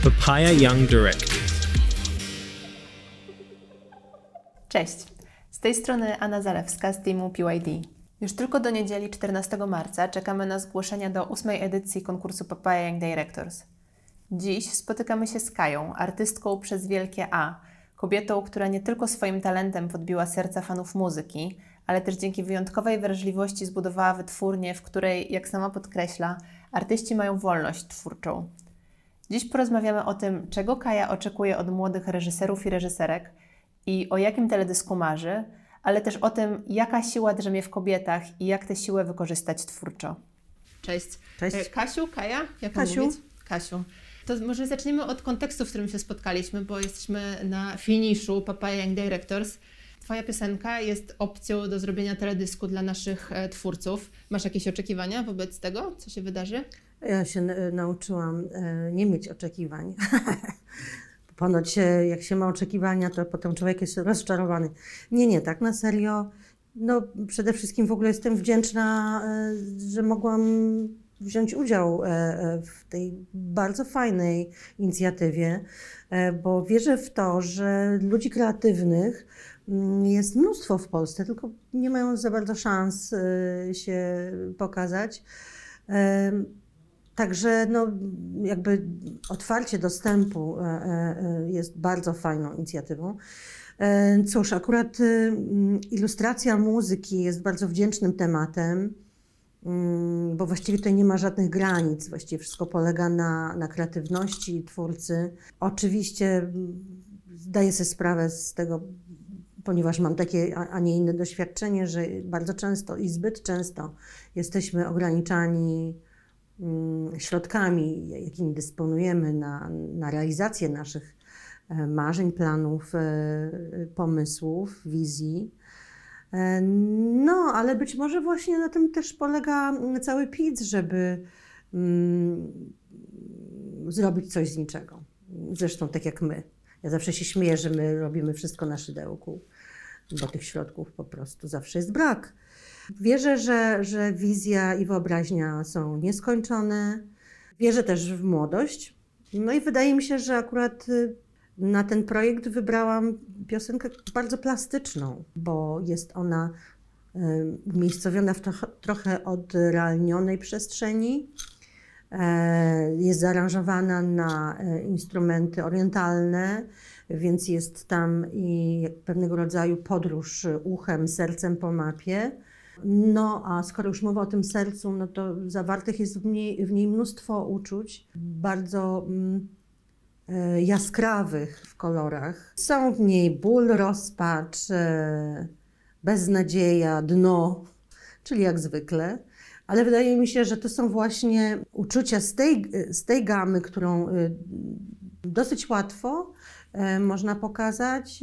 Papaya Young Directors. Cześć, z tej strony Anna Zalewska z teamu PYD. Już tylko do niedzieli 14 marca czekamy na zgłoszenia do 8. edycji konkursu Papaya Young Directors. Dziś spotykamy się z Kają, artystką przez wielkie A, kobietą, która nie tylko swoim talentem podbiła serca fanów muzyki, ale też dzięki wyjątkowej wrażliwości zbudowała wytwórnię, w której, jak sama podkreśla, artyści mają wolność twórczą. Dziś porozmawiamy o tym, czego Kaja oczekuje od młodych reżyserów i reżyserek i o jakim teledysku marzy, ale też o tym, jaka siła drzemie w kobietach i jak tę siłę wykorzystać twórczo. Cześć. Cześć. Kasiu, Kaja? Jak Kasiu. mówić? Kasiu. To może zaczniemy od kontekstu, w którym się spotkaliśmy, bo jesteśmy na finiszu Papaya Young Directors. Twoja piosenka jest opcją do zrobienia teledysku dla naszych twórców. Masz jakieś oczekiwania wobec tego, co się wydarzy? Ja się nauczyłam nie mieć oczekiwań. Ponoć jak się ma oczekiwania, to potem człowiek jest rozczarowany. Nie, tak na serio. No przede wszystkim w ogóle jestem wdzięczna, że mogłam wziąć udział w tej bardzo fajnej inicjatywie, bo wierzę w to, że ludzi kreatywnych jest mnóstwo w Polsce, tylko nie mają za bardzo szans się pokazać. Także no, jakby otwarcie dostępu jest bardzo fajną inicjatywą. Cóż, akurat ilustracja muzyki jest bardzo wdzięcznym tematem, bo właściwie tutaj nie ma żadnych granic, właściwie wszystko polega na kreatywności twórcy. Oczywiście zdaję sobie sprawę z tego, ponieważ mam takie, a nie inne doświadczenie, że bardzo często i zbyt często jesteśmy ograniczani środkami, jakimi dysponujemy na realizację naszych marzeń, planów, pomysłów, wizji. No, ale być może właśnie na tym też polega cały PIC, żeby zrobić coś z niczego. Zresztą tak jak my. Ja zawsze się śmieję, że my robimy wszystko na szydełku, bo tych środków po prostu zawsze jest brak. Wierzę, że wizja i wyobraźnia są nieskończone. Wierzę też w młodość. No i wydaje mi się, że akurat na ten projekt wybrałam piosenkę bardzo plastyczną, bo jest ona umiejscowiona w trochę odrealnionej przestrzeni. Jest zaaranżowana na instrumenty orientalne, więc jest tam i pewnego rodzaju podróż uchem, sercem po mapie. No a skoro już mowa o tym sercu, no to zawartych jest w niej mnóstwo uczuć, bardzo jaskrawych w kolorach. Są w niej ból, rozpacz, beznadzieja, dno, czyli jak zwykle. Ale wydaje mi się, że to są właśnie uczucia z tej gamy, którą dosyć łatwo można pokazać,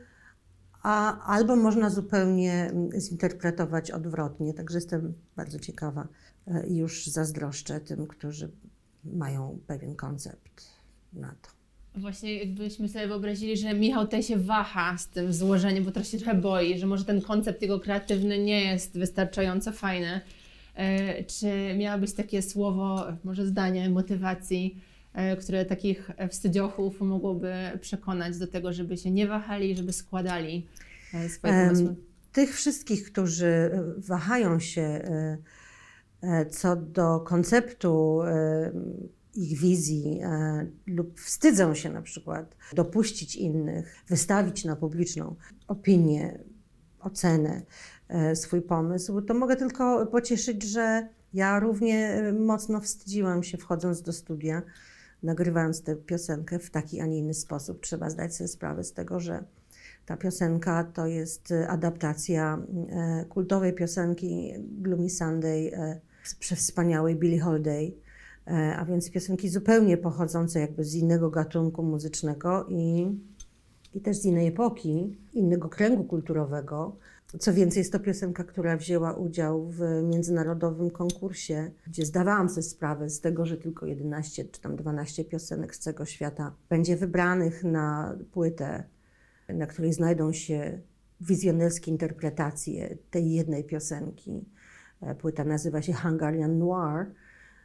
albo można zupełnie zinterpretować odwrotnie. Także jestem bardzo ciekawa i już zazdroszczę tym, którzy mają pewien koncept na to. Właśnie jakbyśmy sobie wyobrazili, że Michał tutaj się waha z tym złożeniem, bo trochę się trochę boi, że może ten koncept jego kreatywny nie jest wystarczająco fajny. Czy miałabyś takie słowo, może zdanie, motywacji, które takich wstydziochów mogłoby przekonać do tego, żeby się nie wahali, żeby składali swoje pomysły? Tych wszystkich, którzy wahają się co do konceptu ich wizji lub wstydzą się na przykład dopuścić innych, wystawić na publiczną opinię, ocenę swój pomysł, to mogę tylko pocieszyć, że ja równie mocno wstydziłam się wchodząc do studia, nagrywając tę piosenkę w taki, a nie inny sposób. Trzeba zdać sobie sprawę z tego, że ta piosenka to jest adaptacja kultowej piosenki Gloomy Sunday przez wspaniałej Billie Holiday, a więc piosenki zupełnie pochodzące jakby z innego gatunku muzycznego i też z innej epoki, innego kręgu kulturowego. Co więcej, jest to piosenka, która wzięła udział w międzynarodowym konkursie, gdzie zdawałam sobie sprawę z tego, że tylko 11 czy tam 12 piosenek z całego świata będzie wybranych na płytę, na której znajdą się wizjonerskie interpretacje tej jednej piosenki. Płyta nazywa się Hungarian Noir.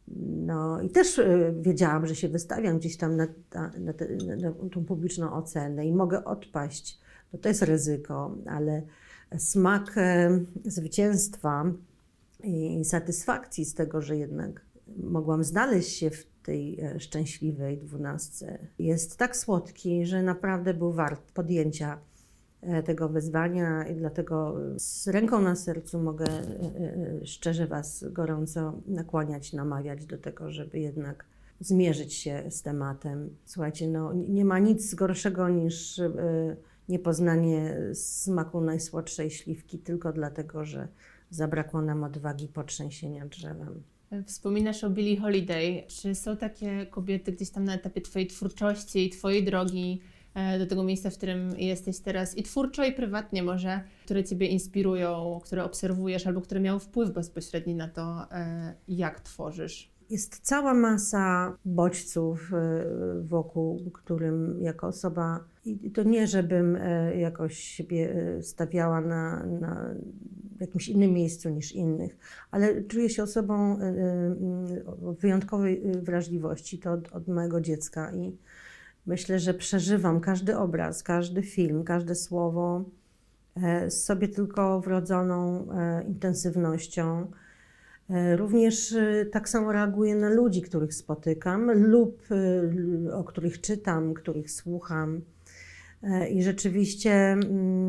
No i też wiedziałam, że się wystawiam gdzieś tam na tą publiczną ocenę i mogę odpaść. No to jest ryzyko, ale smak zwycięstwa i satysfakcji z tego, że jednak mogłam znaleźć się w tej szczęśliwej 12, jest tak słodki, że naprawdę był wart podjęcia tego wyzwania i dlatego z ręką na sercu mogę szczerze Was gorąco nakłaniać, namawiać do tego, żeby jednak zmierzyć się z tematem. Słuchajcie, no nie ma nic gorszego niż niepoznanie smaku najsłodszej śliwki tylko dlatego, że zabrakło nam odwagi potrzęsienia drzewem. Wspominasz o Billie Holiday. Czy są takie kobiety gdzieś tam na etapie Twojej twórczości i Twojej drogi do tego miejsca, w którym jesteś teraz i twórczo, i prywatnie może, które Ciebie inspirują, które obserwujesz albo które miały wpływ bezpośredni na to, jak tworzysz? Jest cała masa bodźców wokół, którym jako osoba, i to nie, żebym jakoś siebie stawiała na jakimś innym miejscu niż innych, ale czuję się osobą o wyjątkowej wrażliwości, to od małego dziecka i myślę, że przeżywam każdy obraz, każdy film, każde słowo z sobie tylko wrodzoną intensywnością. Również tak samo reaguję na ludzi, których spotykam lub o których czytam, których słucham. I rzeczywiście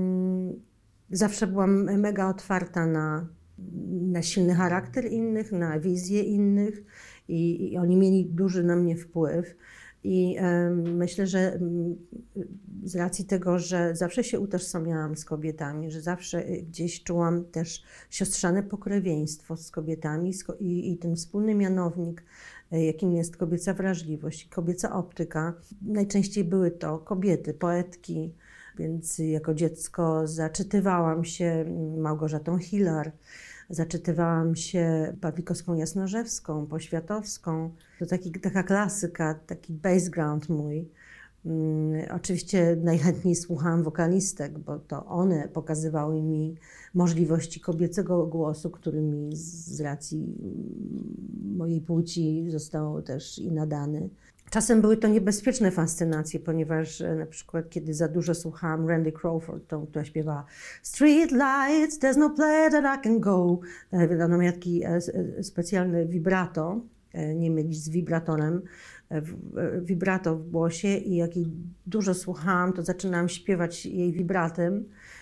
zawsze byłam mega otwarta na silny charakter innych, na wizję innych i oni mieli duży na mnie wpływ. I myślę, że z racji tego, że zawsze się utożsamiałam z kobietami, że zawsze gdzieś czułam też siostrzane pokrewieństwo z kobietami i ten wspólny mianownik, jakim jest kobieca wrażliwość i kobieca optyka, najczęściej były to kobiety, poetki, więc jako dziecko zaczytywałam się Małgorzatą Hillar, zaczytywałam się Pawlikowską Jasnorzewską, Poświatowską. To taka klasyka, taki background mój. Oczywiście najchętniej słuchałam wokalistek, bo to one pokazywały mi możliwości kobiecego głosu, który mi z racji mojej płci został też i nadany. Czasem były to niebezpieczne fascynacje, ponieważ na przykład kiedy za dużo słuchałam Randy Crawford, która śpiewała Street lights, there's no place that I can go. Ona miała taki specjalny vibrato, nie mylić z wibratorem, vibrato w głosie i jak jej dużo słuchałam, to zaczynałam śpiewać jej vibratem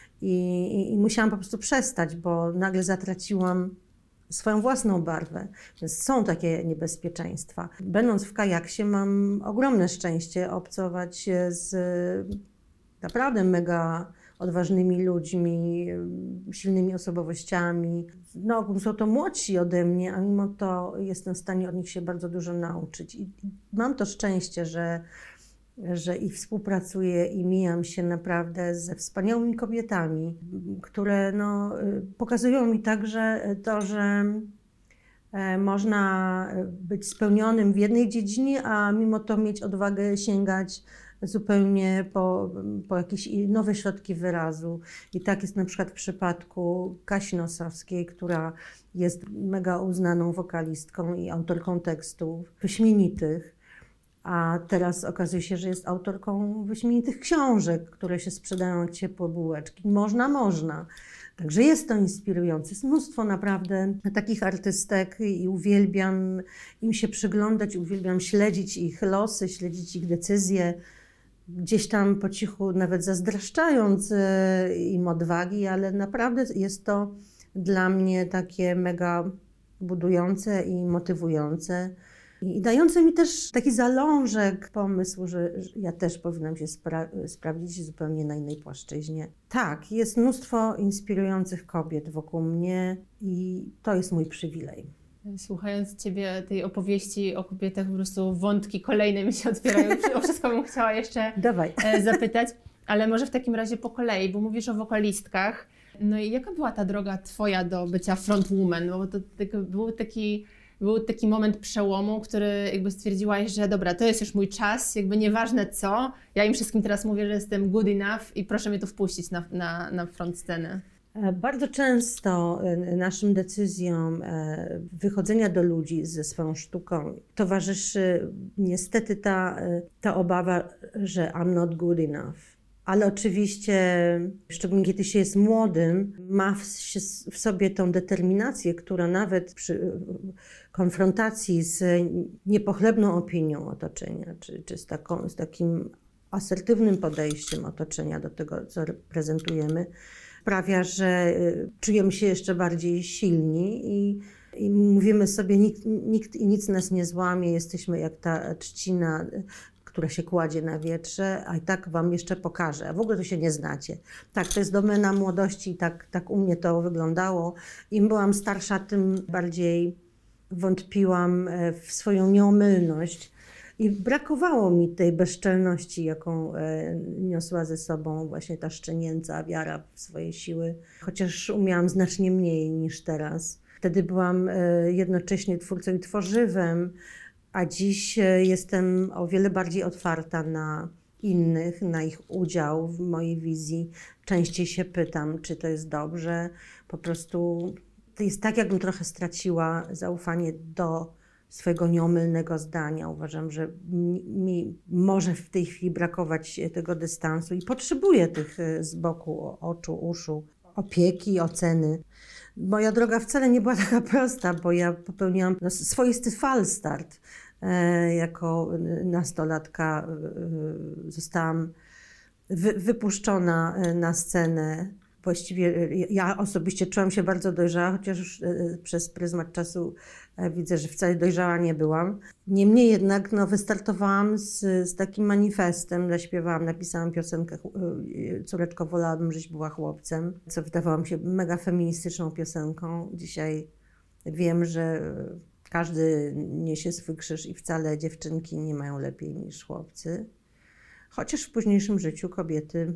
i musiałam po prostu przestać, bo nagle zatraciłam swoją własną barwę, więc są takie niebezpieczeństwa. Będąc w kajaksie mam ogromne szczęście obcować z naprawdę mega odważnymi ludźmi, silnymi osobowościami. No, są to młodsi ode mnie, a mimo to jestem w stanie od nich się bardzo dużo nauczyć. I mam to szczęście, że i współpracuję i mijam się naprawdę ze wspaniałymi kobietami, które pokazują mi także to, że można być spełnionym w jednej dziedzinie, a mimo to mieć odwagę sięgać zupełnie po jakieś nowe środki wyrazu. I tak jest na przykład w przypadku Kasi Nosowskiej, która jest mega uznaną wokalistką i autorką tekstów wyśmienitych. A teraz okazuje się, że jest autorką wyśmienitych książek, które się sprzedają jak ciepłe bułeczki. Można. Także jest to inspirujące. Jest mnóstwo naprawdę takich artystek i uwielbiam im się przyglądać, uwielbiam śledzić ich losy, śledzić ich decyzje, gdzieś tam po cichu nawet zazdraszczając im odwagi, ale naprawdę jest to dla mnie takie mega budujące i motywujące. I dające mi też taki zalążek pomysłu, że ja też powinnam się sprawdzić zupełnie na innej płaszczyźnie. Tak, jest mnóstwo inspirujących kobiet wokół mnie i to jest mój przywilej. Słuchając Ciebie, tej opowieści o kobietach, po prostu wątki kolejne mi się otwierają. O wszystko bym chciała jeszcze zapytać, ale może w takim razie po kolei, bo mówisz o wokalistkach. No i jaka była ta droga Twoja do bycia frontwoman? Bo to był taki moment przełomu, który jakby stwierdziłaś, że dobra, to jest już mój czas, jakby nieważne co, ja im wszystkim teraz mówię, że jestem good enough i proszę mnie tu wpuścić na front scenę. Bardzo często naszym decyzjom wychodzenia do ludzi ze swoją sztuką towarzyszy niestety ta obawa, że I'm not good enough. Ale oczywiście, szczególnie kiedy się jest młodym, ma w sobie tą determinację, która nawet przy konfrontacji z niepochlebną opinią otoczenia, czy z takim asertywnym podejściem otoczenia do tego, co reprezentujemy, sprawia, że czujemy się jeszcze bardziej silni i mówimy sobie, nikt i nic nas nie złamie, jesteśmy jak ta trzcina, która się kładzie na wietrze, a i tak wam jeszcze pokażę, a w ogóle to się nie znacie. Tak, to jest domena młodości i tak u mnie to wyglądało. Im byłam starsza, tym bardziej wątpiłam w swoją nieomylność i brakowało mi tej bezczelności, jaką niosła ze sobą właśnie ta szczenięca wiara w swoje siły, chociaż umiałam znacznie mniej niż teraz. Wtedy byłam jednocześnie twórcą i tworzywem, a dziś jestem o wiele bardziej otwarta na innych, na ich udział w mojej wizji. Częściej się pytam, czy to jest dobrze. Po prostu to jest tak, jakbym trochę straciła zaufanie do swojego nieomylnego zdania. Uważam, że mi może w tej chwili brakować tego dystansu i potrzebuję tych z boku oczu, uszu, opieki, oceny. Moja droga wcale nie była taka prosta, bo ja popełniłam swoisty falstart. Jako nastolatka zostałam wypuszczona na scenę. Właściwie ja osobiście czułam się bardzo dojrzała, chociaż już przez pryzmat czasu widzę, że wcale dojrzała nie byłam. Niemniej jednak wystartowałam z takim manifestem, zaśpiewałam, napisałam piosenkę Córeczko, wolałabym, żeś była chłopcem, co wydawało mi się mega feministyczną piosenką. Dzisiaj wiem, że każdy niesie swój krzyż i wcale dziewczynki nie mają lepiej niż chłopcy. Chociaż w późniejszym życiu kobiety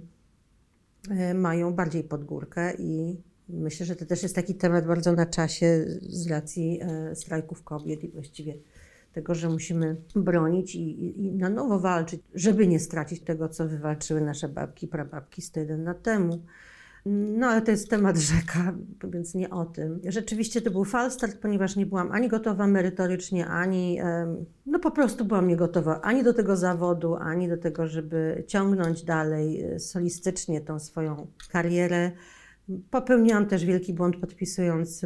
mają bardziej pod górkę i myślę, że to też jest taki temat bardzo na czasie z racji strajków kobiet i właściwie tego, że musimy bronić i na nowo walczyć, żeby nie stracić tego, co wywalczyły nasze babki, prababki 101 lat temu. No ale to jest temat rzeka, więc nie o tym. Rzeczywiście to był falstart, ponieważ nie byłam ani gotowa merytorycznie, ani po prostu byłam nie gotowa ani do tego zawodu, ani do tego, żeby ciągnąć dalej solistycznie tą swoją karierę. Popełniłam też wielki błąd, podpisując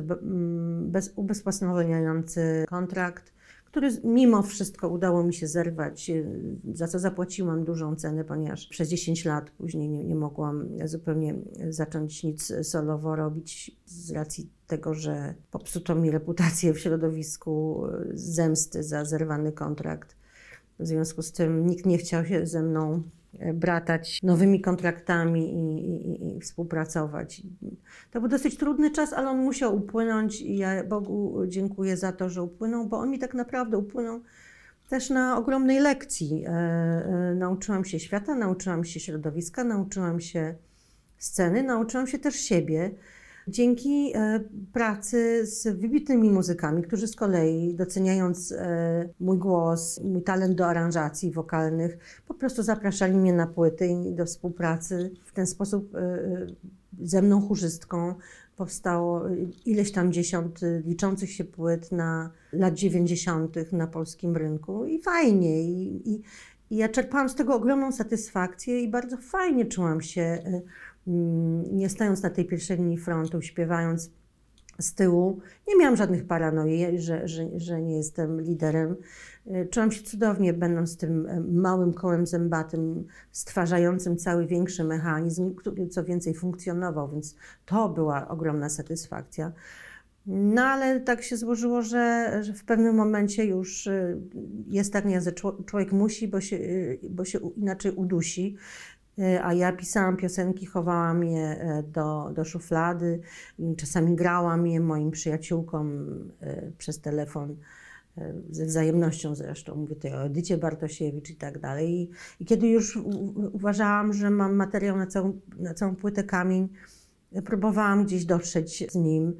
ubezwłasnowolniający kontrakt, który mimo wszystko udało mi się zerwać, za co zapłaciłam dużą cenę, ponieważ przez 10 lat później nie mogłam zupełnie zacząć nic solowo robić z racji tego, że popsuto mi reputację w środowisku zemsty za zerwany kontrakt. W związku z tym nikt nie chciał się ze mną bratać nowymi kontraktami i współpracować. To był dosyć trudny czas, ale on musiał upłynąć i ja Bogu dziękuję za to, że upłynął, bo on mi tak naprawdę upłynął też na ogromnej lekcji. Nauczyłam się świata, nauczyłam się środowiska, nauczyłam się sceny, nauczyłam się też siebie. Dzięki pracy z wybitnymi muzykami, którzy z kolei doceniając mój głos, mój talent do aranżacji wokalnych, po prostu zapraszali mnie na płyty i do współpracy. W ten sposób ze mną chórzystką powstało ileś tam 10 liczących się płyt na lat 90. na polskim rynku i fajnie. I ja czerpałam z tego ogromną satysfakcję i bardzo fajnie czułam się, nie stając na tej pierwszej linii frontu, śpiewając z tyłu. Nie miałam żadnych paranoi, że nie jestem liderem. Czułam się cudownie, będąc tym małym kołem zębatym, stwarzającym cały większy mechanizm, który co więcej funkcjonował, więc to była ogromna satysfakcja. No ale tak się złożyło, że w pewnym momencie już jest tak, że człowiek musi, bo się inaczej udusi. A ja pisałam piosenki, chowałam je do szuflady, czasami grałam je moim przyjaciółkom przez telefon, ze wzajemnością zresztą, mówię tutaj o Edycie Bartosiewicz i tak dalej. I kiedy już uważałam, że mam materiał na całą płytę Kamień, próbowałam gdzieś dotrzeć z nim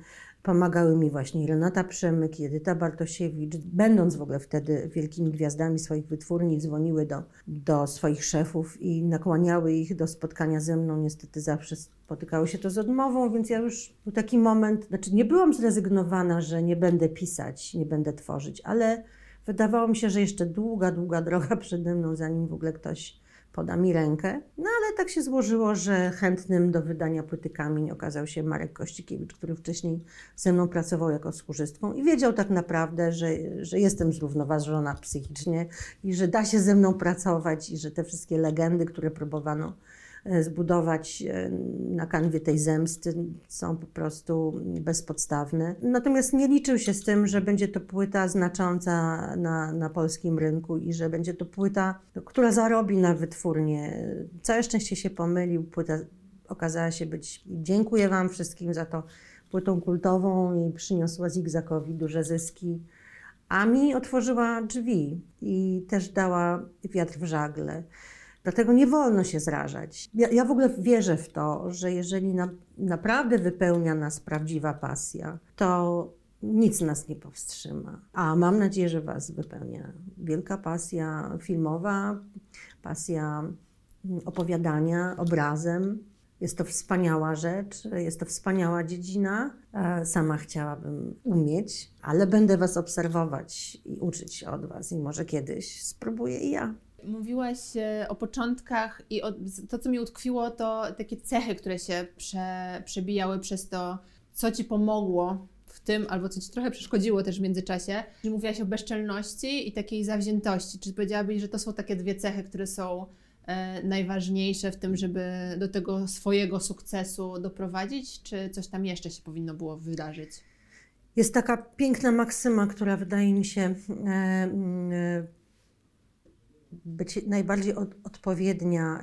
Pomagały mi właśnie Renata Przemyk i Edyta Bartosiewicz, będąc w ogóle wtedy wielkimi gwiazdami swoich wytwórni, dzwoniły do swoich szefów i nakłaniały ich do spotkania ze mną. Niestety zawsze spotykało się to z odmową, więc ja już był taki moment, znaczy nie byłam zrezygnowana, że nie będę pisać, nie będę tworzyć, ale wydawało mi się, że jeszcze długa, długa droga przede mną, zanim w ogóle ktoś poda mi rękę. No ale tak się złożyło, że chętnym do wydania płyty Kamień okazał się Marek Kościkiewicz, który wcześniej ze mną pracował jako z chórzystką i wiedział tak naprawdę, że jestem zrównoważona psychicznie i że da się ze mną pracować i że te wszystkie legendy, które próbowano zbudować na kanwie tej zemsty, są po prostu bezpodstawne. Natomiast nie liczył się z tym, że będzie to płyta znacząca na polskim rynku i że będzie to płyta, która zarobi na wytwórnię. Całe szczęście się pomylił. Płyta okazała się być, dziękuję Wam wszystkim za to, płytą kultową i przyniosła Zigzagowi duże zyski. A mi otworzyła drzwi i też dała wiatr w żagle. Dlatego nie wolno się zrażać. Ja w ogóle wierzę w to, że jeżeli naprawdę wypełnia nas prawdziwa pasja, to nic nas nie powstrzyma. A mam nadzieję, że Was wypełnia wielka pasja filmowa, pasja opowiadania obrazem. Jest to wspaniała rzecz, jest to wspaniała dziedzina. Sama chciałabym umieć, ale będę Was obserwować i uczyć się od Was i może kiedyś spróbuję i ja. Mówiłaś o początkach i to, co mi utkwiło, to takie cechy, które się przebijały przez to, co Ci pomogło w tym, albo co Ci trochę przeszkodziło też w międzyczasie. Mówiłaś o bezczelności i takiej zawziętości. Czy powiedziałabyś, że to są takie dwie cechy, które są najważniejsze w tym, żeby do tego swojego sukcesu doprowadzić, czy coś tam jeszcze się powinno było wydarzyć? Jest taka piękna maksyma, która wydaje mi się być najbardziej odpowiednia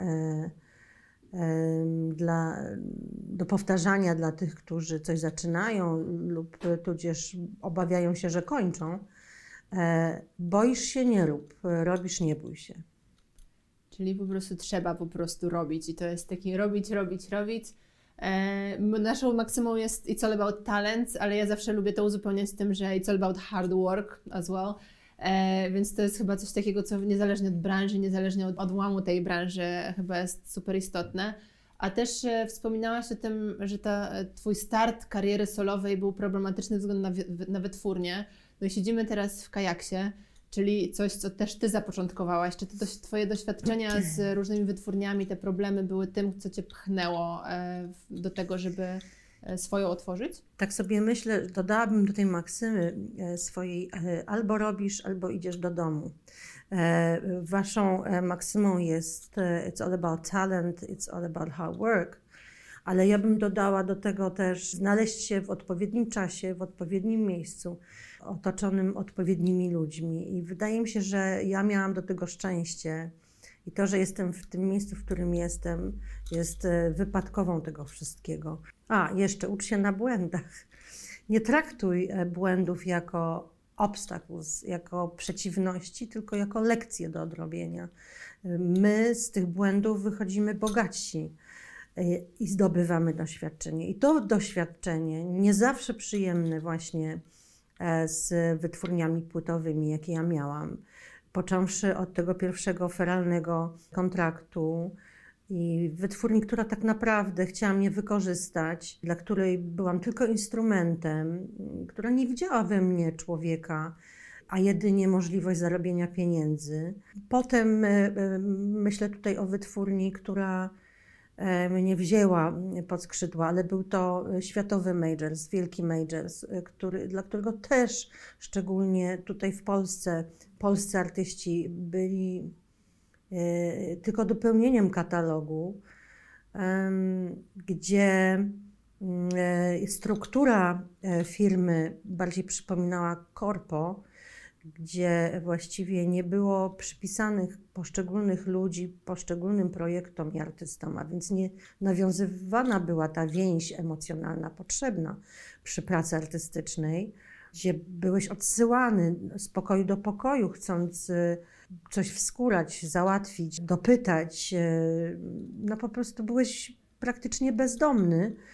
do powtarzania dla tych, którzy coś zaczynają lub tudzież obawiają się, że kończą. Boisz się, nie rób, robisz, nie bój się. Czyli po prostu trzeba robić i to jest taki robić. Naszą maksymą jest It's all about talent, ale ja zawsze lubię to uzupełniać tym, że it's all about hard work as well. Więc to jest chyba coś takiego, co niezależnie od branży, niezależnie od odłamu tej branży chyba jest super istotne. A też wspominałaś o tym, że Twój start kariery solowej był problematyczny ze względu na wytwórnię. No i siedzimy teraz w Kajaksie, czyli coś, co też Ty zapoczątkowałaś. Czy Twoje doświadczenia z różnymi wytwórniami, te problemy były tym, co Cię pchnęło do tego, żeby swoją otworzyć? Tak sobie myślę, dodałabym do tej maksymy swojej albo robisz, albo idziesz do domu. Waszą maksymą jest it's all about talent, it's all about hard work, ale ja bym dodała do tego też znaleźć się w odpowiednim czasie, w odpowiednim miejscu, otoczonym odpowiednimi ludźmi. I wydaje mi się, że ja miałam do tego szczęście. I to, że jestem w tym miejscu, w którym jestem, jest wypadkową tego wszystkiego. Jeszcze ucz się na błędach. Nie traktuj błędów jako obstacles, jako przeciwności, tylko jako lekcje do odrobienia. My z tych błędów wychodzimy bogatsi i zdobywamy doświadczenie. I to doświadczenie, nie zawsze przyjemne właśnie z wytwórniami płytowymi, jakie ja miałam, począwszy od tego pierwszego feralnego kontraktu i wytwórni, która tak naprawdę chciała mnie wykorzystać, dla której byłam tylko instrumentem, która nie widziała we mnie człowieka, a jedynie możliwość zarobienia pieniędzy. Potem myślę tutaj o wytwórni, która mnie wzięła pod skrzydła, ale był to światowy majors, wielki majors, dla którego też szczególnie tutaj w Polsce polscy artyści byli tylko dopełnieniem katalogu, gdzie struktura firmy bardziej przypominała korpo, gdzie właściwie nie było przypisanych poszczególnych ludzi poszczególnym projektom i artystom, a więc nie nawiązywana była ta więź emocjonalna potrzebna przy pracy artystycznej, gdzie byłeś odsyłany z pokoju do pokoju, chcąc coś wskórać, załatwić, dopytać. No po prostu byłeś praktycznie bezdomny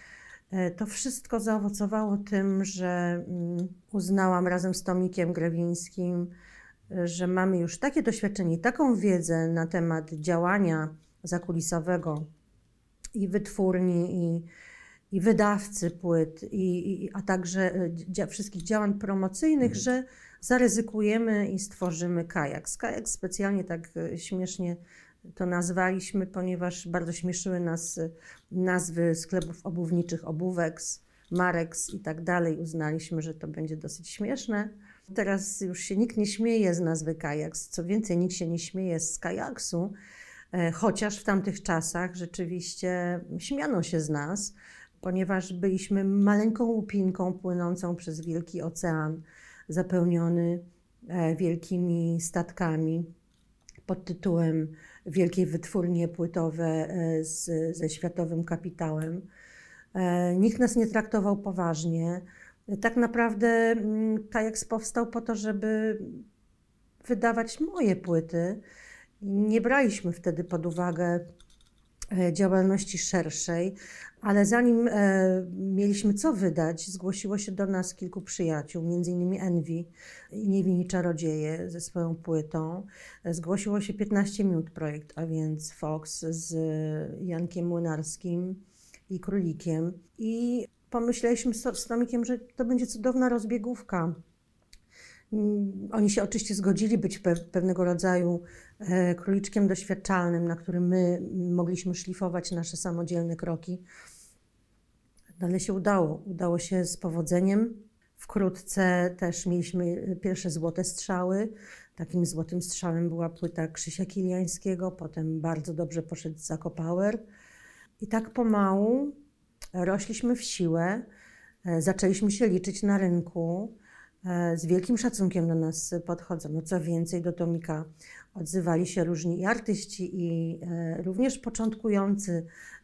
To wszystko zaowocowało tym, że uznałam razem z Tomikiem Grewińskim, że mamy już takie doświadczenie, taką wiedzę na temat działania zakulisowego i wytwórni, i wydawcy płyt, a także wszystkich działań promocyjnych, że zaryzykujemy i stworzymy Kajaks. Kajaks specjalnie tak śmiesznie to nazwaliśmy, ponieważ bardzo śmieszyły nas nazwy sklepów obuwniczych, Obuwex, Marex i tak dalej. Uznaliśmy, że to będzie dosyć śmieszne. Teraz już się nikt nie śmieje z nazwy Kajaks. Co więcej, nikt się nie śmieje z Kajaksu, chociaż w tamtych czasach rzeczywiście śmiano się z nas, ponieważ byliśmy maleńką łupinką płynącą przez wielki ocean, zapełniony wielkimi statkami pod tytułem Wielkie wytwórnie płytowe ze światowym kapitałem. Nikt nas nie traktował poważnie. Tak naprawdę Kajaks powstał po to, żeby wydawać moje płyty. Nie braliśmy wtedy pod uwagę działalności szerszej, ale zanim mieliśmy co wydać, zgłosiło się do nas kilku przyjaciół, m.in. Envy i Niewinni Czarodzieje ze swoją płytą. Zgłosiło się 15 minut projekt, a więc Fox z Jankiem Młynarskim i Królikiem. I pomyśleliśmy z Tomikiem, że to będzie cudowna rozbiegówka. Oni się oczywiście zgodzili być pewnego rodzaju króliczkiem doświadczalnym, na którym my mogliśmy szlifować nasze samodzielne kroki. Ale się udało. Udało się z powodzeniem. Wkrótce też mieliśmy pierwsze złote strzały. Takim złotym strzałem była płyta Krzysia Kiliańskiego, potem bardzo dobrze poszedł Zakopower. I tak pomału rośliśmy w siłę, zaczęliśmy się liczyć na rynku. Z wielkim szacunkiem do nas podchodzono. Co więcej, do Tomika odzywali się różni i artyści, i również początkujący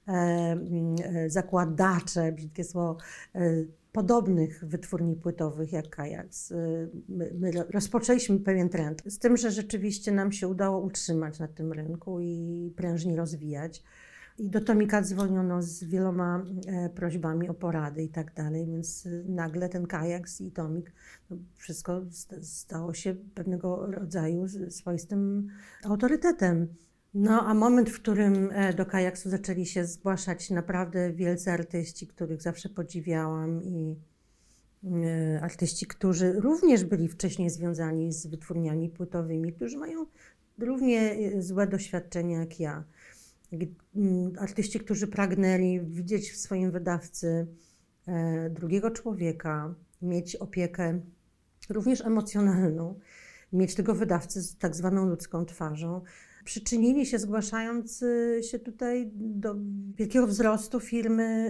zakładacze, brzydkie słowo, podobnych wytwórni płytowych jak Kajaks. My rozpoczęliśmy pewien trend. Z tym, że rzeczywiście nam się udało utrzymać na tym rynku i prężnie rozwijać. I do Tomika dzwoniono z wieloma prośbami o porady i tak dalej, więc nagle ten Kajaks i Tomik, wszystko stało się pewnego rodzaju swoistym autorytetem. No a moment, w którym do Kajaksu zaczęli się zgłaszać naprawdę wielcy artyści, których zawsze podziwiałam, i artyści, którzy również byli wcześniej związani z wytwórniami płytowymi, którzy mają równie złe doświadczenia jak ja. Artyści, którzy pragnęli widzieć w swoim wydawcy drugiego człowieka, mieć opiekę również emocjonalną, mieć tego wydawcę z tak zwaną ludzką twarzą, przyczynili się, zgłaszając się tutaj do wielkiego wzrostu firmy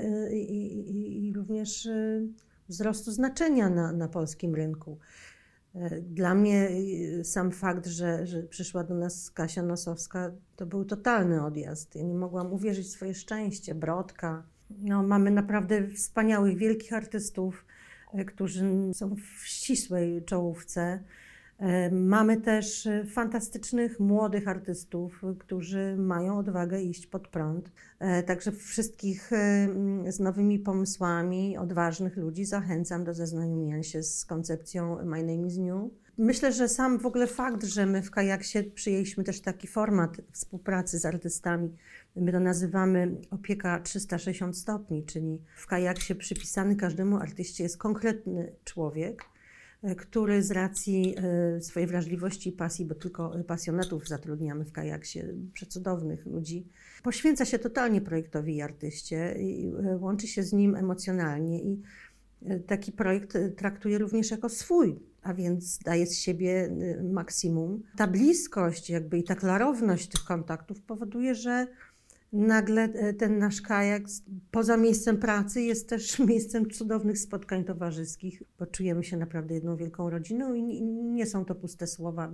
i również wzrostu znaczenia na polskim rynku. Dla mnie sam fakt, że przyszła do nas Kasia Nosowska, to był totalny odjazd. Ja nie mogłam uwierzyć w swoje szczęście. Brodka. No, mamy naprawdę wspaniałych, wielkich artystów, którzy są w ścisłej czołówce. Mamy też fantastycznych, młodych artystów, którzy mają odwagę iść pod prąd. Także wszystkich z nowymi pomysłami, odważnych ludzi zachęcam do zaznajomienia się z koncepcją My Name is New. Myślę, że sam w ogóle fakt, że my w Kajaksie przyjęliśmy też taki format współpracy z artystami, my to nazywamy opieka 360 stopni, czyli w Kajaksie przypisany każdemu artyście jest konkretny człowiek, który z racji swojej wrażliwości i pasji, bo tylko pasjonatów zatrudniamy w Kajaksie, przecudownych ludzi, poświęca się totalnie projektowi i artyście i łączy się z nim emocjonalnie i taki projekt traktuje również jako swój, a więc daje z siebie maksimum. Ta bliskość jakby i ta klarowność tych kontaktów powoduje, że nagle ten nasz kajak poza miejscem pracy jest też miejscem cudownych spotkań towarzyskich, bo czujemy się naprawdę jedną wielką rodziną i nie są to puste słowa.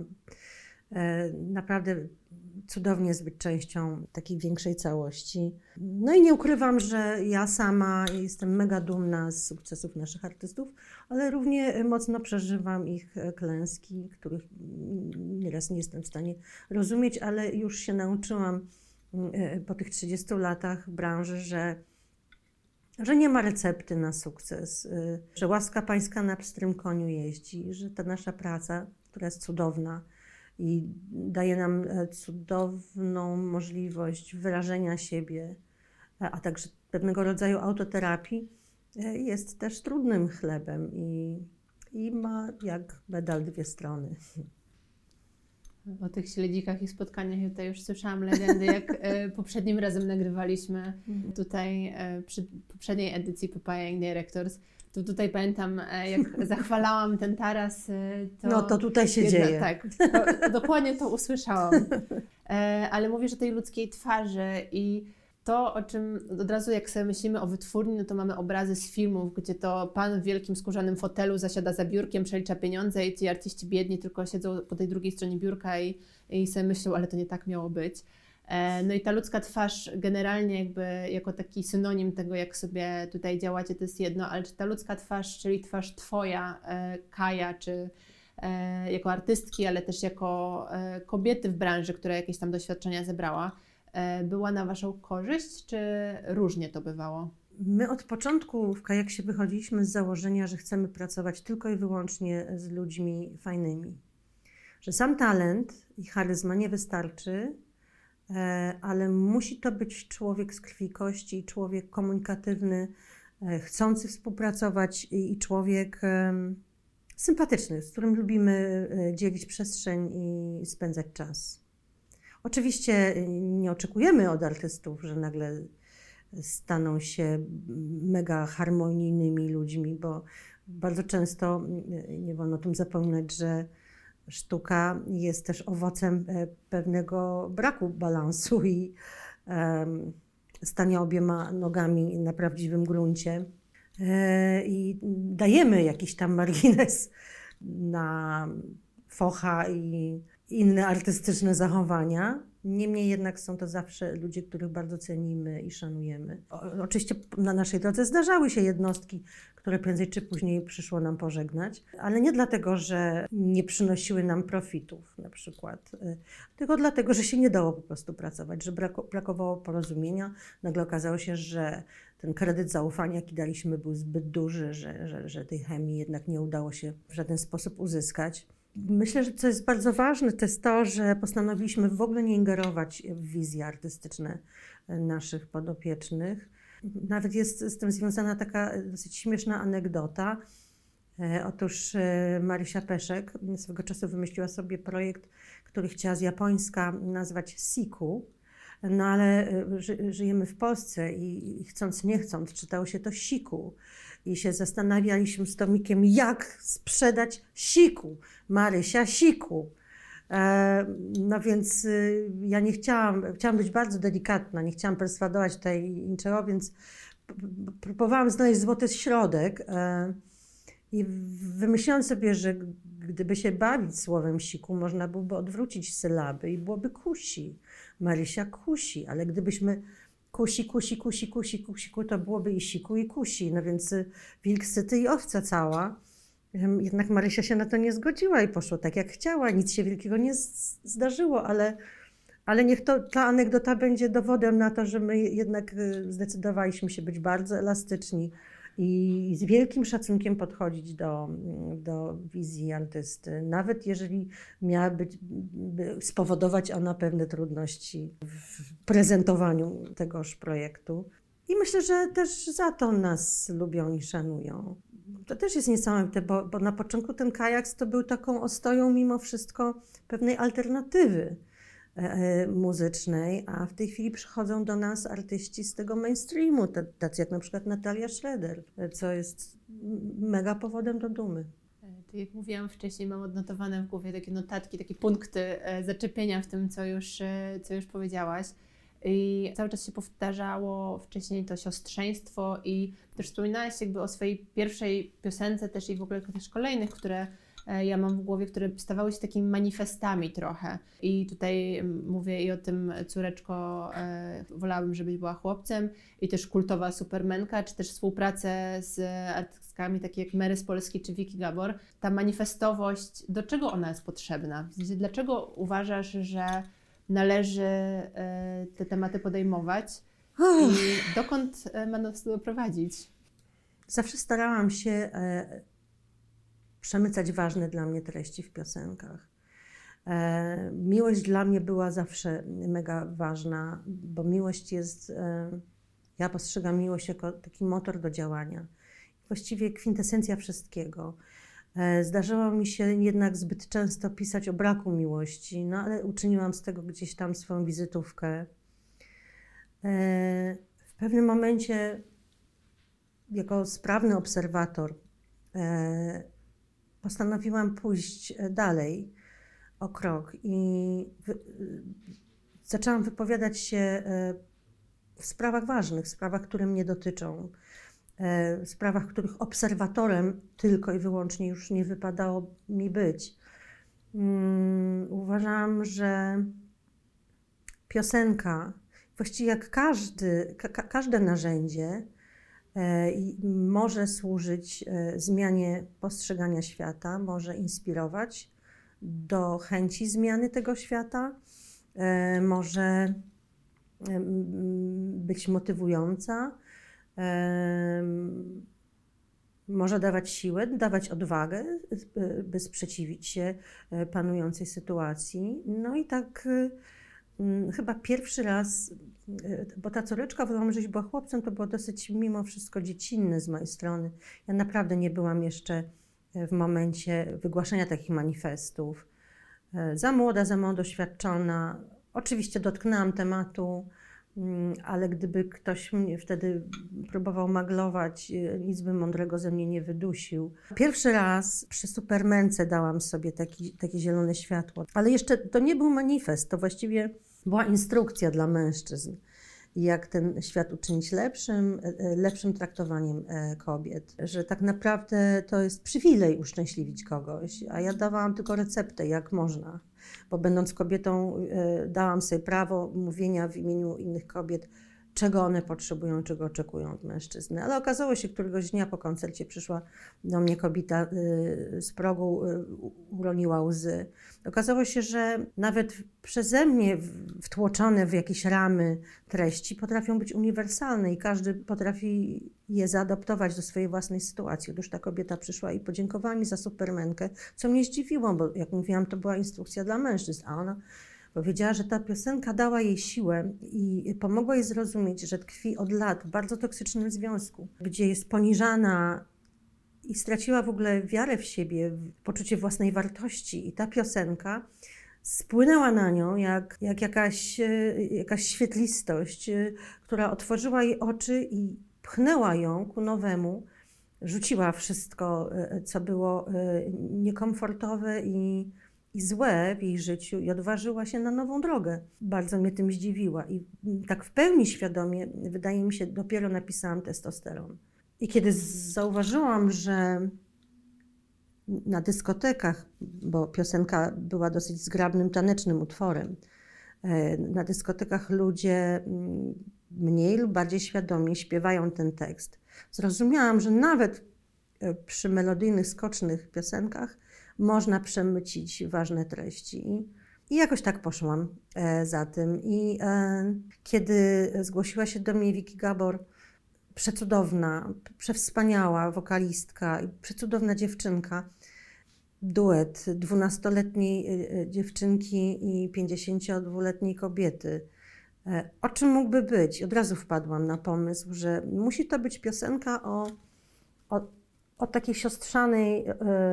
Naprawdę cudownie jest być częścią takiej większej całości. No i nie ukrywam, że ja sama jestem mega dumna z sukcesów naszych artystów, ale równie mocno przeżywam ich klęski, których nieraz nie jestem w stanie rozumieć, ale już się nauczyłam po tych 30 latach branży, że że nie ma recepty na sukces, że łaska pańska na pstrym koniu jeździ, że ta nasza praca, która jest cudowna i daje nam cudowną możliwość wyrażenia siebie, a także pewnego rodzaju autoterapii, jest też trudnym chlebem i ma jak medal dwie strony. O tych śledzikach i spotkaniach ja tutaj już słyszałam legendy, jak poprzednim razem nagrywaliśmy tutaj przy poprzedniej edycji Papaya Directors. To tutaj pamiętam, jak zachwalałam ten taras, to... No to tutaj się dzieje. Tak, dokładnie to usłyszałam. Ale mówisz o tej ludzkiej twarzy i to, o czym od razu jak sobie myślimy o wytwórni, no to mamy obrazy z filmów, gdzie to pan w wielkim skórzanym fotelu zasiada za biurkiem, przelicza pieniądze i ci artyści biedni tylko siedzą po tej drugiej stronie biurka i sobie myślą, ale to nie tak miało być. No i ta ludzka twarz generalnie jakby jako taki synonim tego, jak sobie tutaj działacie, to jest jedno, ale czy ta ludzka twarz, czyli twarz twoja, Kaja, czy jako artystki, ale też jako kobiety w branży, która jakieś tam doświadczenia zebrała, była na waszą korzyść, czy różnie to bywało? My od początku w Kajaksie wychodziliśmy z założenia, że chcemy pracować tylko i wyłącznie z ludźmi fajnymi. Że sam talent i charyzma nie wystarczy, ale musi to być człowiek z krwi i kości, człowiek komunikatywny, chcący współpracować i człowiek sympatyczny, z którym lubimy dzielić przestrzeń i spędzać czas. Oczywiście nie oczekujemy od artystów, że nagle staną się mega harmonijnymi ludźmi, bo bardzo często nie wolno o tym zapominać, że sztuka jest też owocem pewnego braku balansu i stania obiema nogami na prawdziwym gruncie. I dajemy jakiś tam margines na focha i inne artystyczne zachowania. Niemniej jednak są to zawsze ludzie, których bardzo cenimy i szanujemy. Oczywiście na naszej drodze zdarzały się jednostki, które prędzej czy później przyszło nam pożegnać, ale nie dlatego, że nie przynosiły nam profitów na przykład, tylko dlatego, że się nie dało po prostu pracować, że brakowało porozumienia. Nagle okazało się, że ten kredyt zaufania, jaki daliśmy, był zbyt duży, że tej chemii jednak nie udało się w żaden sposób uzyskać. Myślę, że co jest bardzo ważne, to jest to, że postanowiliśmy w ogóle nie ingerować w wizje artystyczne naszych podopiecznych. Nawet jest z tym związana taka dosyć śmieszna anegdota. Otóż Marysia Peszek swego czasu wymyśliła sobie projekt, który chciała z japońska nazwać Siku, no ale żyjemy w Polsce i chcąc nie chcąc czytało się to Siku. I się zastanawialiśmy z Tomikiem, jak sprzedać Siku, Marysia Siku. No więc ja nie chciałam być bardzo delikatna, nie chciałam perswadować tutaj niczego, więc próbowałam znaleźć złoty środek i wymyśliłam sobie, że gdyby się bawić słowem siku, można byłoby odwrócić sylaby i byłoby kusi. Marysia kusi, ale gdybyśmy kusi, to byłoby i siku, i kusi. No więc wilk syty i owca cała. Jednak Marysia się na to nie zgodziła i poszło tak, jak chciała. Nic się wielkiego nie zdarzyło, ale niech ta anegdota będzie dowodem na to, że my jednak zdecydowaliśmy się być bardzo elastyczni i z wielkim szacunkiem podchodzić do wizji artysty, nawet jeżeli miałaby spowodować ona pewne trudności w prezentowaniu tegoż projektu. I myślę, że też za to nas lubią i szanują. To też jest niesamowite, bo na początku ten kajaks to był taką ostoją mimo wszystko pewnej alternatywy muzycznej, a w tej chwili przychodzą do nas artyści z tego mainstreamu, tacy jak na przykład Natalia Schroeder, co jest mega powodem do dumy. Tak jak mówiłam wcześniej, mam odnotowane w głowie takie notatki, takie punkty zaczepienia w tym, co już powiedziałaś. I cały czas się powtarzało wcześniej to siostrzeństwo i też wspominałaś jakby o swojej pierwszej piosence też i w ogóle też kolejnych, które ja mam w głowie, które stawały się takimi manifestami trochę. I tutaj mówię i o tym córeczko, wolałabym, żebyś była chłopcem i też kultowa Supermenka, czy też współpracę z artystkami takie jak Mary z Polski czy Vicky Gabor. Ta manifestowość, do czego ona jest potrzebna? W sensie, dlaczego uważasz, że należy te tematy podejmować? I dokąd ma nas to doprowadzić? Zawsze starałam się przemycać ważne dla mnie treści w piosenkach. Miłość dla mnie była zawsze mega ważna, bo miłość jest, ja postrzegam miłość jako taki motor do działania. Właściwie kwintesencja wszystkiego. Zdarzyło mi się jednak zbyt często pisać o braku miłości, no ale uczyniłam z tego gdzieś tam swoją wizytówkę. W pewnym momencie jako sprawny obserwator postanowiłam pójść dalej o krok i zaczęłam wypowiadać się w sprawach ważnych, w sprawach, które mnie dotyczą, w sprawach, których obserwatorem tylko i wyłącznie już nie wypadało mi być. Uważam, że piosenka, właściwie jak każde narzędzie, może służyć zmianie postrzegania świata, może inspirować do chęci zmiany tego świata, może być motywująca, może dawać siłę, dawać odwagę, by sprzeciwić się panującej sytuacji. No i tak chyba pierwszy raz, bo ta córeczka w Wam, żeś była chłopcem, to było dosyć mimo wszystko dziecinne z mojej strony. Ja naprawdę nie byłam jeszcze w momencie wygłaszania takich manifestów. Za młoda, za mało doświadczona. Oczywiście dotknęłam tematu, ale gdyby ktoś mnie wtedy próbował maglować, nic by mądrego ze mnie nie wydusił. Pierwszy raz przy Supermence dałam sobie takie zielone światło, ale jeszcze to nie był manifest, to właściwie była instrukcja dla mężczyzn, jak ten świat uczynić lepszym traktowaniem kobiet, że tak naprawdę to jest przywilej uszczęśliwić kogoś, a ja dawałam tylko receptę, jak można, bo będąc kobietą dałam sobie prawo mówienia w imieniu innych kobiet, czego one potrzebują, czego oczekują od mężczyzny. Ale okazało się, któregoś dnia po koncercie przyszła do mnie kobieta z progu, uroniła łzy. Okazało się, że nawet przeze mnie wtłoczone w jakieś ramy treści potrafią być uniwersalne i każdy potrafi je zaadaptować do swojej własnej sytuacji. Otóż ta kobieta przyszła i podziękowała mi za Supermenkę, co mnie zdziwiło, bo jak mówiłam, to była instrukcja dla mężczyzn, a ona powiedziała, że ta piosenka dała jej siłę i pomogła jej zrozumieć, że tkwi od lat w bardzo toksycznym związku, gdzie jest poniżana i straciła w ogóle wiarę w siebie, poczucie własnej wartości. I ta piosenka spłynęła na nią jak jakaś świetlistość, która otworzyła jej oczy i pchnęła ją ku nowemu. Rzuciła wszystko, co było niekomfortowe i złe w jej życiu i odważyła się na nową drogę. Bardzo mnie tym zdziwiła i tak w pełni świadomie, wydaje mi się, dopiero napisałam Testosteron. I kiedy zauważyłam, że na dyskotekach, bo piosenka była dosyć zgrabnym, tanecznym utworem, na dyskotekach ludzie mniej lub bardziej świadomie śpiewają ten tekst, zrozumiałam, że nawet przy melodyjnych, skocznych piosenkach można przemycić ważne treści. I jakoś tak poszłam za tym. I kiedy zgłosiła się do mnie Vicky Gabor, przecudowna, przewspaniała wokalistka i przecudowna dziewczynka, duet 12-letniej dziewczynki i 52-letniej kobiety. O czym mógłby być? Od razu wpadłam na pomysł, że musi to być piosenka o takiej siostrzanej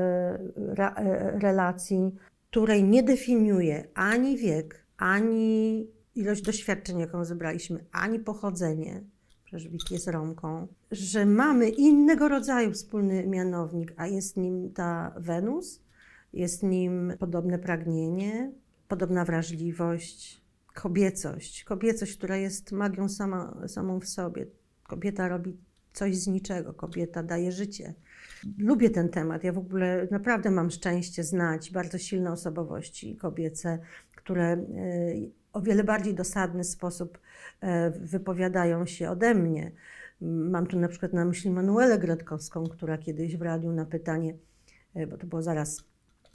relacji, której nie definiuje ani wiek, ani ilość doświadczeń, jaką zebraliśmy, ani pochodzenie, przecież Vicky jest Romką, że mamy innego rodzaju wspólny mianownik, a jest nim ta Wenus, jest nim podobne pragnienie, podobna wrażliwość, kobiecość, która jest magią samą w sobie. Kobieta robi coś z niczego, kobieta daje życie. Lubię ten temat. Ja w ogóle naprawdę mam szczęście znać bardzo silne osobowości kobiece, które o wiele bardziej dosadny sposób wypowiadają się ode mnie. Mam tu na przykład na myśli Manuelę Gretkowską, która kiedyś w radiu na pytanie, bo to było zaraz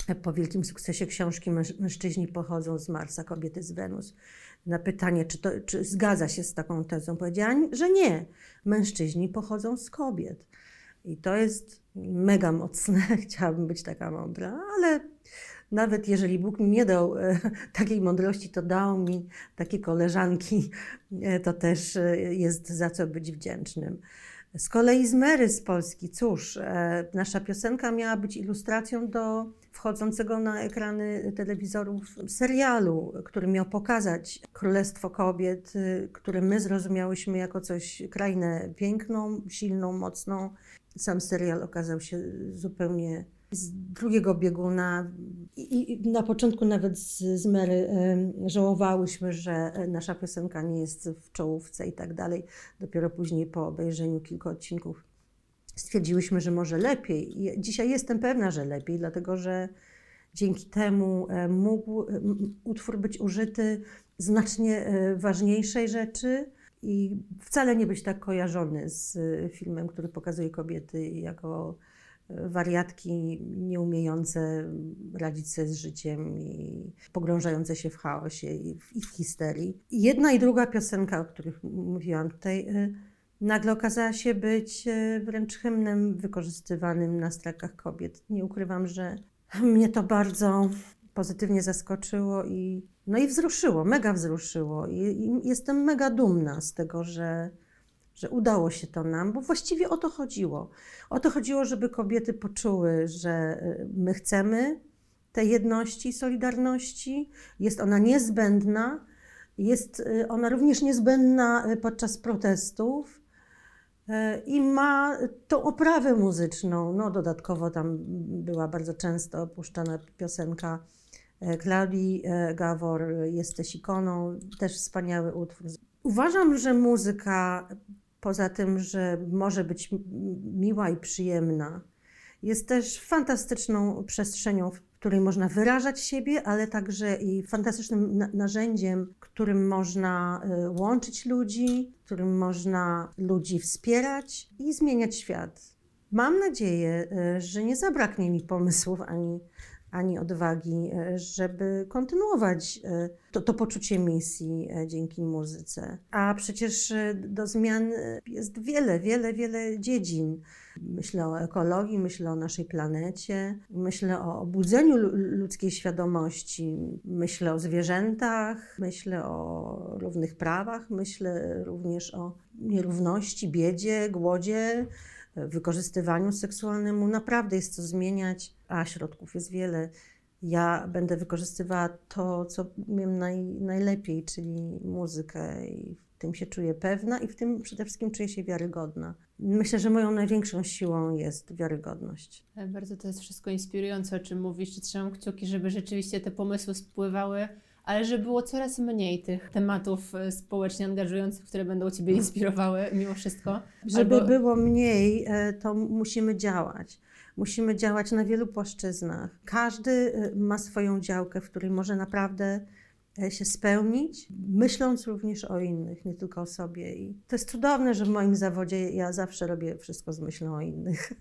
po wielkim sukcesie książki Mężczyźni pochodzą z Marsa, kobiety z Wenus. Na pytanie, czy zgadza się z taką tezą, powiedziała, że nie. Mężczyźni pochodzą z kobiet. I to jest mega mocne. Chciałabym być taka mądra, ale nawet jeżeli Bóg mi nie dał takiej mądrości, to dał mi takie koleżanki. To też jest za co być wdzięcznym. Z kolei z Mary z Polski, cóż, nasza piosenka miała być ilustracją do wchodzącego na ekrany telewizorów serialu, który miał pokazać królestwo kobiet, które my zrozumiałyśmy jako coś, krainę piękną, silną, mocną. Sam serial okazał się zupełnie z drugiego bieguna i na początku nawet z Mary żałowałyśmy, że nasza piosenka nie jest w czołówce i tak dalej. Dopiero później po obejrzeniu kilku odcinków stwierdziłyśmy, że może lepiej. I dzisiaj jestem pewna, że lepiej, dlatego że dzięki temu mógł utwór być użyty znacznie ważniejszej rzeczy i wcale nie być tak kojarzony z filmem, który pokazuje kobiety jako wariatki nieumiejące radzić sobie z życiem i pogrążające się w chaosie i w histerii. I jedna i druga piosenka, o których mówiłam tutaj, nagle okazała się być wręcz hymnem wykorzystywanym na strajkach kobiet. Nie ukrywam, że mnie to bardzo pozytywnie zaskoczyło i wzruszyło, mega wzruszyło. I jestem mega dumna z tego, że udało się to nam, bo właściwie o to chodziło. O to chodziło, żeby kobiety poczuły, że my chcemy tej jedności, solidarności. Jest ona niezbędna. Jest ona również niezbędna podczas protestów i ma tą oprawę muzyczną. No, dodatkowo tam była bardzo często opuszczana piosenka Klaudii Gawor, Jesteś ikoną, też wspaniały utwór. Uważam, że muzyka, poza tym, że może być miła i przyjemna, jest też fantastyczną przestrzenią, w której można wyrażać siebie, ale także i fantastycznym narzędziem, którym można łączyć ludzi, którym można ludzi wspierać i zmieniać świat. Mam nadzieję, że nie zabraknie mi pomysłów ani odwagi, żeby kontynuować to poczucie misji dzięki muzyce. A przecież do zmian jest wiele dziedzin. Myślę o ekologii, myślę o naszej planecie, myślę o obudzeniu ludzkiej świadomości, myślę o zwierzętach, myślę o równych prawach, myślę również o nierówności, biedzie, głodzie, wykorzystywaniu seksualnemu. Naprawdę jest co zmieniać, a środków jest wiele. Ja będę wykorzystywała to, co umiem najlepiej, czyli muzykę i w tym się czuję pewna i w tym przede wszystkim czuję się wiarygodna. Myślę, że moją największą siłą jest wiarygodność. Bardzo to jest wszystko inspirujące, o czym mówisz, i trzymam kciuki, żeby rzeczywiście te pomysły spływały, ale żeby było coraz mniej tych tematów społecznie angażujących, które będą Ciebie inspirowały mimo wszystko. Żeby było mniej, to musimy działać. Musimy działać na wielu płaszczyznach. Każdy ma swoją działkę, w której może naprawdę się spełnić, myśląc również o innych, nie tylko o sobie. I to jest cudowne, że w moim zawodzie ja zawsze robię wszystko z myślą o innych.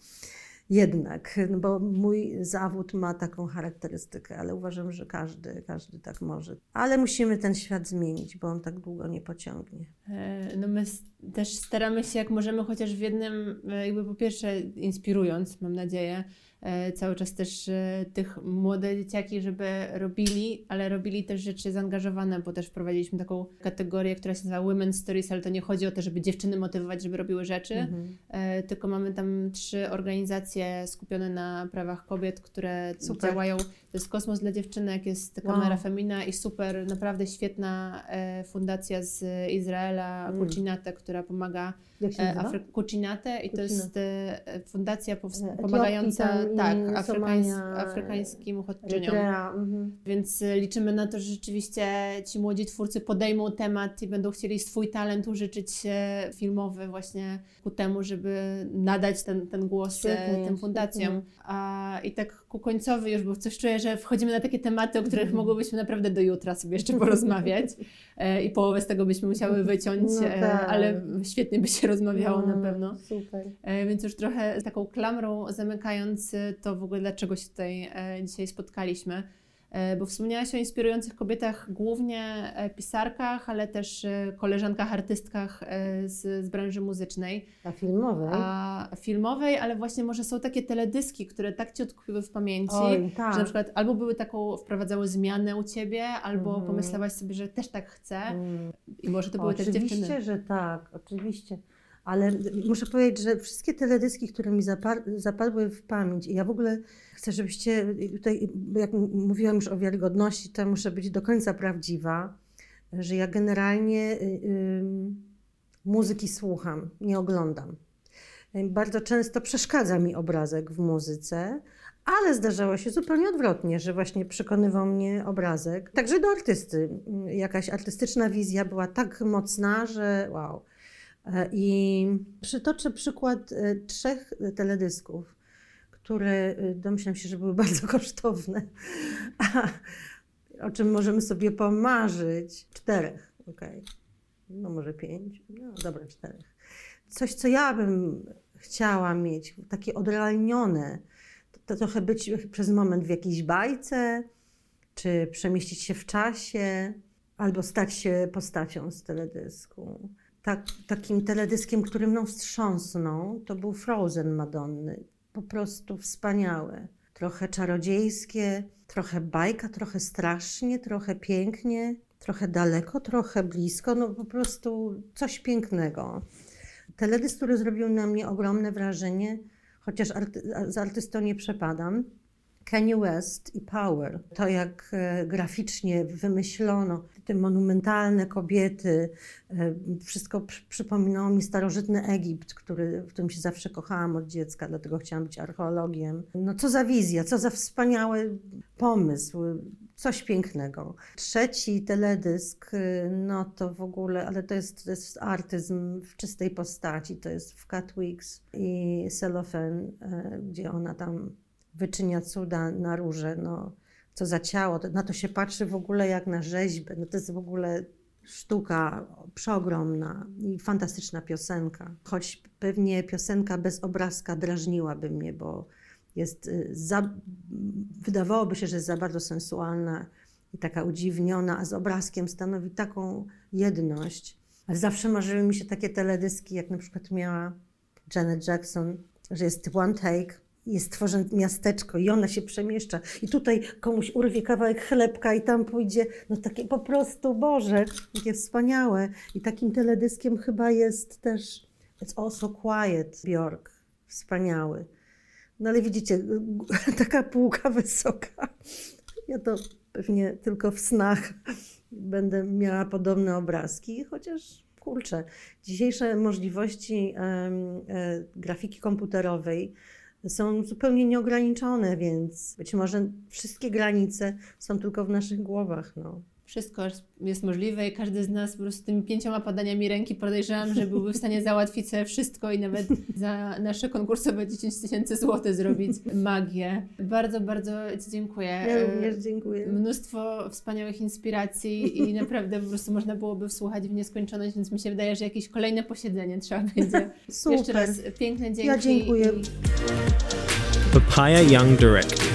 Jednak, bo mój zawód ma taką charakterystykę, ale uważam, że każdy tak może. Ale musimy ten świat zmienić, bo on tak długo nie pociągnie. No my też staramy się, jak możemy, chociaż w jednym, jakby po pierwsze inspirując, mam nadzieję, cały czas też tych młode dzieciaki, żeby robili też rzeczy zaangażowane, bo też wprowadziliśmy taką kategorię, która się nazywa Women's Stories, ale to nie chodzi o to, żeby dziewczyny motywować, żeby robiły rzeczy, tylko mamy tam 3 organizacje skupione na prawach kobiet, które działają. To jest Kosmos dla dziewczynek, jest Kamera Femina i super, naprawdę świetna fundacja z Izraela, Cucinate, która pomaga Cucinate i to jest fundacja pomagająca afrykańskim uchodźczyniom. Więc liczymy na to, że rzeczywiście ci młodzi twórcy podejmą temat i będą chcieli swój talent użyczyć filmowy właśnie ku temu, żeby nadać ten głos tym fundacjom. I tak ku końcowi już, bo coś czuję, że wchodzimy na takie tematy, o których mogłybyśmy naprawdę do jutra sobie jeszcze porozmawiać i połowę z tego byśmy musiały wyciąć, ale świetnie by się rozmawiało na pewno. Super. Więc już trochę taką klamrą zamykając to w ogóle, dlaczego się tutaj dzisiaj spotkaliśmy. Bo wspomniałaś o inspirujących kobietach, głównie pisarkach, ale też koleżankach, artystkach z branży muzycznej. A filmowej, ale właśnie może są takie teledyski, które tak Ci utkwiły w pamięci, tak. że na przykład albo były wprowadzały zmianę u Ciebie, albo pomyślałaś sobie, że też tak chcę. I może to były też dziewczyny. Oczywiście, że tak, oczywiście. Ale muszę powiedzieć, że wszystkie teledyski, które mi zapadły w pamięć, i ja w ogóle chcę, żebyście tutaj, jak mówiłam już o wiarygodności, to muszę być do końca prawdziwa, że ja generalnie muzyki słucham, nie oglądam. Bardzo często przeszkadza mi obrazek w muzyce, ale zdarzało się zupełnie odwrotnie, że właśnie przekonywał mnie obrazek. Także do artysty. Jakaś artystyczna wizja była tak mocna, że wow. I przytoczę przykład 3 teledysków, które domyślam się, że były bardzo kosztowne, o czym możemy sobie pomarzyć. 4, okej. No może 5, no dobra 4. Coś, co ja bym chciała mieć, takie odrealnione, to trochę być przez moment w jakiejś bajce, czy przemieścić się w czasie, albo stać się postacią z teledysku. Takim teledyskiem, który mną wstrząsnął, to był Frozen Madonny. Po prostu wspaniałe. Trochę czarodziejskie, trochę bajka, trochę strasznie, trochę pięknie, trochę daleko, trochę blisko. No po prostu coś pięknego. Teledysk, który zrobił na mnie ogromne wrażenie, chociaż z artystą nie przepadam. Kanye West i Power. To jak graficznie wymyślono te monumentalne kobiety. Wszystko przypominało mi starożytny Egipt, w którym się zawsze kochałam od dziecka, dlatego chciałam być archeologiem. No co za wizja, co za wspaniały pomysł. Coś pięknego. 3 teledysk, no to w ogóle, ale to jest artyzm w czystej postaci. To jest w Catwix i Cellophane, gdzie ona tam wyczynia cuda na róże, no co za ciało, na to się patrzy w ogóle jak na rzeźbę, no to jest w ogóle sztuka przeogromna i fantastyczna piosenka. Choć pewnie piosenka bez obrazka drażniłaby mnie, bo jest wydawałoby się, że jest za bardzo sensualna i taka udziwniona, a z obrazkiem stanowi taką jedność. Ale zawsze marzyły mi się takie teledyski, jak na przykład miała Janet Jackson, że jest one take, jest tworzone miasteczko i ona się przemieszcza i tutaj komuś urwie kawałek chlebka i tam pójdzie, no takie po prostu, Boże, takie wspaniałe. I takim teledyskiem chyba jest też It's Also Quiet, Björk, wspaniały. No ale widzicie, taka półka wysoka. Ja to pewnie tylko w snach będę miała podobne obrazki, chociaż kurczę, dzisiejsze możliwości grafiki komputerowej są zupełnie nieograniczone, więc być może wszystkie granice są tylko w naszych głowach. No. Wszystko jest możliwe i każdy z nas po prostu tymi 5 podaniami ręki podejrzewam, że byłby w stanie załatwić sobie wszystko i nawet za nasze konkursowe 10 000 złotych zrobić magię. Bardzo, bardzo Ci dziękuję. Ja również dziękuję. Mnóstwo wspaniałych inspiracji i naprawdę po prostu można byłoby wsłuchać w nieskończoność, więc mi się wydaje, że jakieś kolejne posiedzenie trzeba będzie. Super. Jeszcze raz piękne dzięki. Ja dziękuję. Papaya Young Directors.